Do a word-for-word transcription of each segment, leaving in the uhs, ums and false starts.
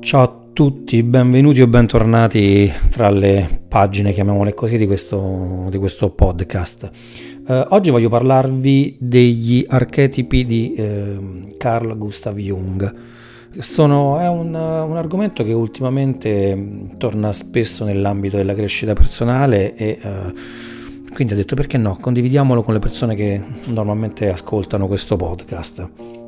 Ciao a tutti, benvenuti o bentornati tra le pagine, chiamiamole così, di questo, di questo podcast. Eh, oggi voglio parlarvi degli archetipi di eh, Carl Gustav Jung. Sono, è un, un argomento che ultimamente torna spesso nell'ambito della crescita personale e eh, quindi ho detto perché no, condividiamolo con le persone che normalmente ascoltano questo podcast.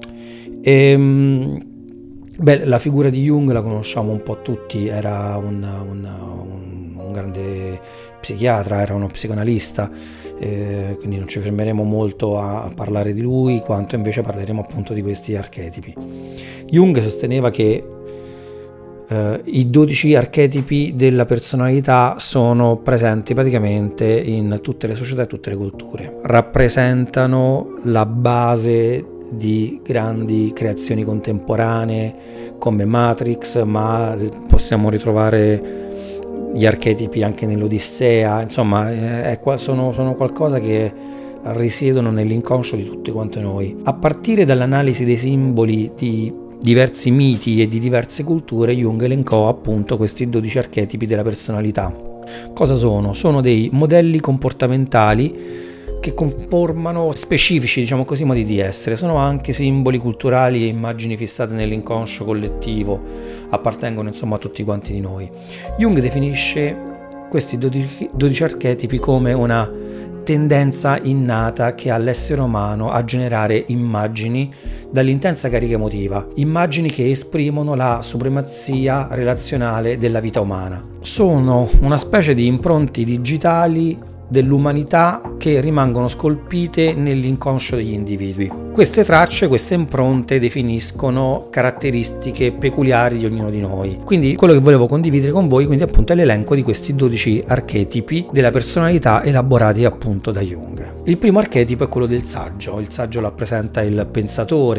E, Beh, la figura di Jung la conosciamo un po' tutti, era un, un, un, un grande psichiatra, era uno psicoanalista, eh, quindi non ci fermeremo molto a, a parlare di lui, quanto invece parleremo appunto di questi archetipi. Jung sosteneva che eh, i dodici archetipi della personalità sono presenti praticamente in tutte le società e tutte le culture, rappresentano la base di grandi creazioni contemporanee come Matrix, ma possiamo ritrovare gli archetipi anche nell'Odissea, insomma è, è, sono, sono qualcosa che risiedono nell'inconscio di tutti quanti noi. A partire dall'analisi dei simboli di diversi miti e di diverse culture, Jung elencò appunto questi dodici archetipi della personalità. Cosa sono? Sono dei modelli comportamentali che conformano specifici, diciamo così, modi di essere. Sono anche simboli culturali e immagini fissate nell'inconscio collettivo, appartengono insomma a tutti quanti di noi. Jung definisce questi dodici archetipi come una tendenza innata che ha l'essere umano a generare immagini dall'intensa carica emotiva, immagini che esprimono la supremazia relazionale della vita umana. Sono una specie di impronte digitali dell'umanità che rimangono scolpite nell'inconscio degli individui. Queste tracce, queste impronte definiscono caratteristiche peculiari di ognuno di noi. Quindi quello che volevo condividere con voi, quindi appunto, è l'elenco di questi dodici archetipi della personalità elaborati appunto da Jung. Il primo archetipo è quello del saggio. Il saggio rappresenta il pensatore,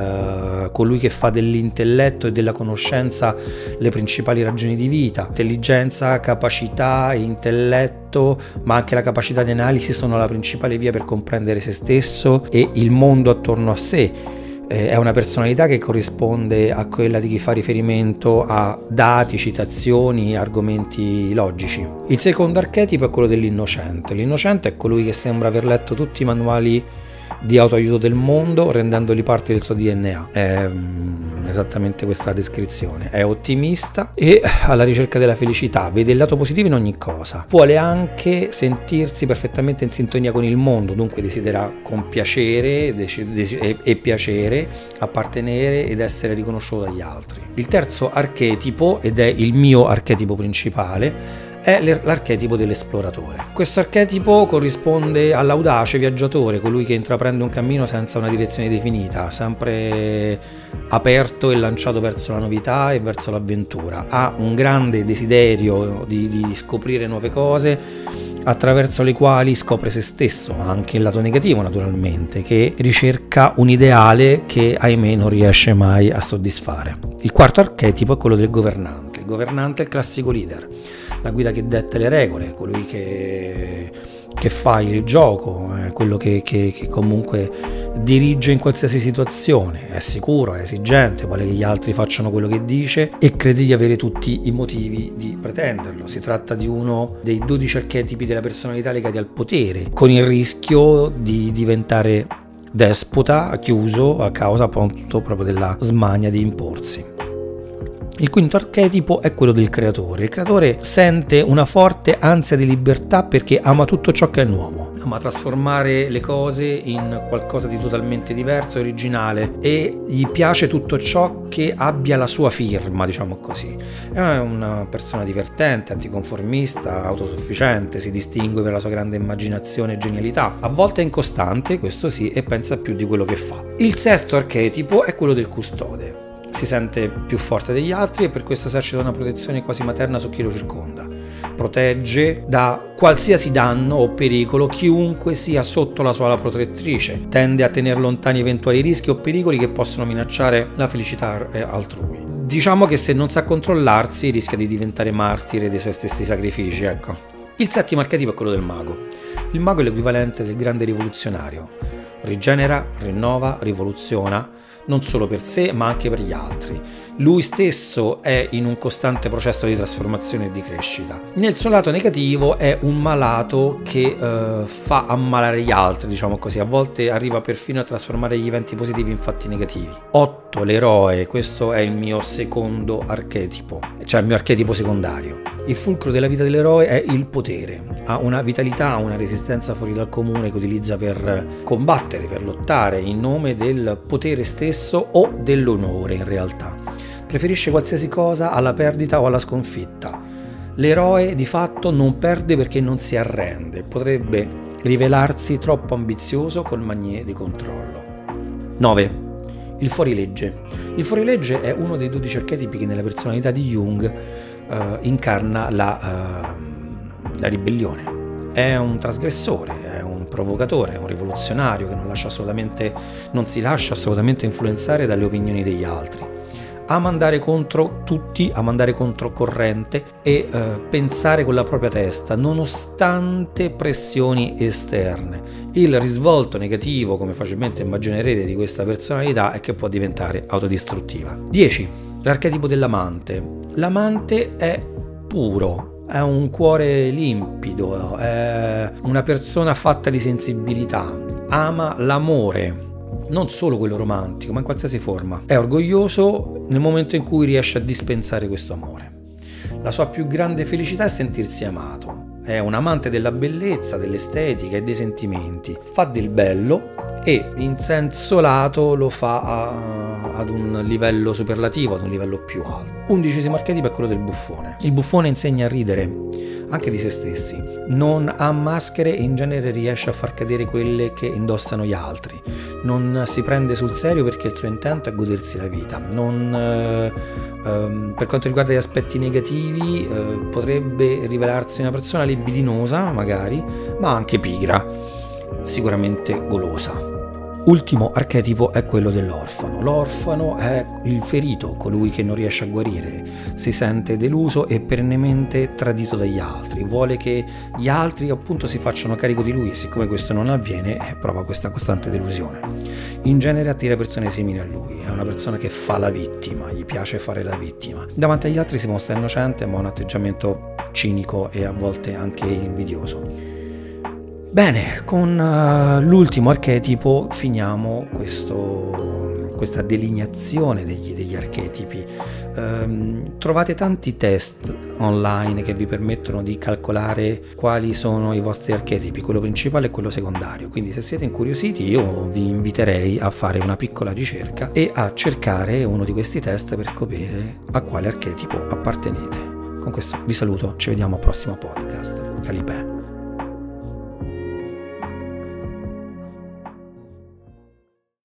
il, colui che fa dell'intelletto e della conoscenza le principali ragioni di vita. Intelligenza, capacità, intelletto, ma anche la capacità di analisi sono la principale via per comprendere se stesso e il mondo attorno a sé. Eh, è una personalità che corrisponde a quella di chi fa riferimento a dati, citazioni, argomenti logici. Il secondo archetipo è quello dell'innocente. L'innocente è colui che sembra aver letto tutti i manuali di autoaiuto del mondo, rendendoli parte del suo D N A. È um, esattamente questa la descrizione. È ottimista e alla ricerca della felicità, vede il lato positivo in ogni cosa. Vuole anche sentirsi perfettamente in sintonia con il mondo, dunque desidera compiacere dec- dec- e-, e piacere, appartenere ed essere riconosciuto dagli altri. Il terzo archetipo, ed è il mio archetipo principale, è l'archetipo dell'esploratore. Questo archetipo corrisponde all'audace viaggiatore, colui che intraprende un cammino senza una direzione definita, sempre aperto e lanciato verso la novità e verso l'avventura. Ha un grande desiderio di, di scoprire nuove cose, attraverso le quali scopre se stesso, anche il lato negativo naturalmente, che ricerca un ideale che ahimè non riesce mai a soddisfare. Il quarto archetipo è quello del governante. Il governante è il classico leader, la guida che detta le regole, colui che, che fa il gioco, è quello che, che, che comunque dirige in qualsiasi situazione, è sicuro, è esigente, vuole che gli altri facciano quello che dice e crede di avere tutti i motivi di pretenderlo. Si tratta di uno dei dodici archetipi della personalità legati al potere, con il rischio di diventare despota, chiuso, a causa appunto proprio della smania di imporsi. Il quinto archetipo è quello del creatore. Il creatore sente una forte ansia di libertà perché ama tutto ciò che è nuovo, ama trasformare le cose in qualcosa di totalmente diverso e originale e gli piace tutto ciò che abbia la sua firma, diciamo così. È una persona divertente, anticonformista, autosufficiente, si distingue per la sua grande immaginazione e genialità, a volte è incostante, questo sì, e pensa più di quello che fa. Il sesto archetipo è quello del custode. Si sente più forte degli altri e per questo esercita una protezione quasi materna su chi lo circonda. Protegge da qualsiasi danno o pericolo chiunque sia sotto la sua ala protettrice. Tende a tenere lontani eventuali rischi o pericoli che possono minacciare la felicità altrui. Diciamo che se non sa controllarsi rischia di diventare martire dei suoi stessi sacrifici, ecco. Il settimo archetipo è quello del mago. Il mago è l'equivalente del grande rivoluzionario. Rigenera, rinnova, rivoluziona non solo per sé ma anche per gli altri. Lui stesso è in un costante processo di trasformazione e di crescita. Nel suo lato negativo è un malato che eh, fa ammalare gli altri, diciamo così, a volte arriva perfino a trasformare gli eventi positivi in fatti negativi. otto, l'eroe, questo è il mio secondo archetipo, cioè il mio archetipo secondario. Il fulcro della vita dell'eroe è il potere, ha una vitalità, una resistenza fuori dal comune che utilizza per combattere, per lottare in nome del potere stesso o dell'onore in realtà. Preferisce qualsiasi cosa alla perdita o alla sconfitta. L'eroe di fatto non perde perché non si arrende, potrebbe rivelarsi troppo ambizioso col magné di controllo. nove. Il fuorilegge. Il fuorilegge è uno dei dodici archetipi che nella personalità di Jung Uh, incarna la, uh, la ribellione. È un trasgressore, è un provocatore, è un rivoluzionario che non, lascia assolutamente, non si lascia assolutamente influenzare dalle opinioni degli altri. Ama andare contro tutti, ama andare contro corrente e uh, pensare con la propria testa, nonostante pressioni esterne. Il risvolto negativo, come facilmente immaginerete, di questa personalità è che può diventare autodistruttiva. dieci. L'archetipo dell'amante. L'amante è puro, è un cuore limpido, è una persona fatta di sensibilità, ama l'amore, non solo quello romantico, ma in qualsiasi forma. È orgoglioso nel momento in cui riesce a dispensare questo amore. La sua più grande felicità è sentirsi amato. È un amante della bellezza, dell'estetica e dei sentimenti. Fa del bello e in senso lato lo fa a, ad un livello superlativo, ad un livello più alto. Undicesimo archetipo è quello del buffone. Il buffone insegna a ridere anche di se stessi, non ha maschere e in genere riesce a far cadere quelle che indossano gli altri, non si prende sul serio perché il suo intento è godersi la vita. Non, eh, ehm, per quanto riguarda gli aspetti negativi, eh, potrebbe rivelarsi una persona libidinosa magari, ma anche pigra, sicuramente golosa. Ultimo archetipo è quello dell'orfano. L'orfano è il ferito, colui che non riesce a guarire, si sente deluso e perennemente tradito dagli altri, vuole che gli altri appunto si facciano carico di lui e siccome questo non avviene prova questa costante delusione. In genere attira persone simili a lui, è una persona che fa la vittima, gli piace fare la vittima. Davanti agli altri si mostra innocente ma ha un atteggiamento cinico e a volte anche invidioso. Bene, con uh, l'ultimo archetipo finiamo questo, questa delineazione degli, degli archetipi. Um, trovate tanti test online che vi permettono di calcolare quali sono i vostri archetipi, quello principale e quello secondario. Quindi se siete incuriositi io vi inviterei a fare una piccola ricerca e a cercare uno di questi test per scoprire a quale archetipo appartenete. Con questo vi saluto, ci vediamo al prossimo podcast. Calipè.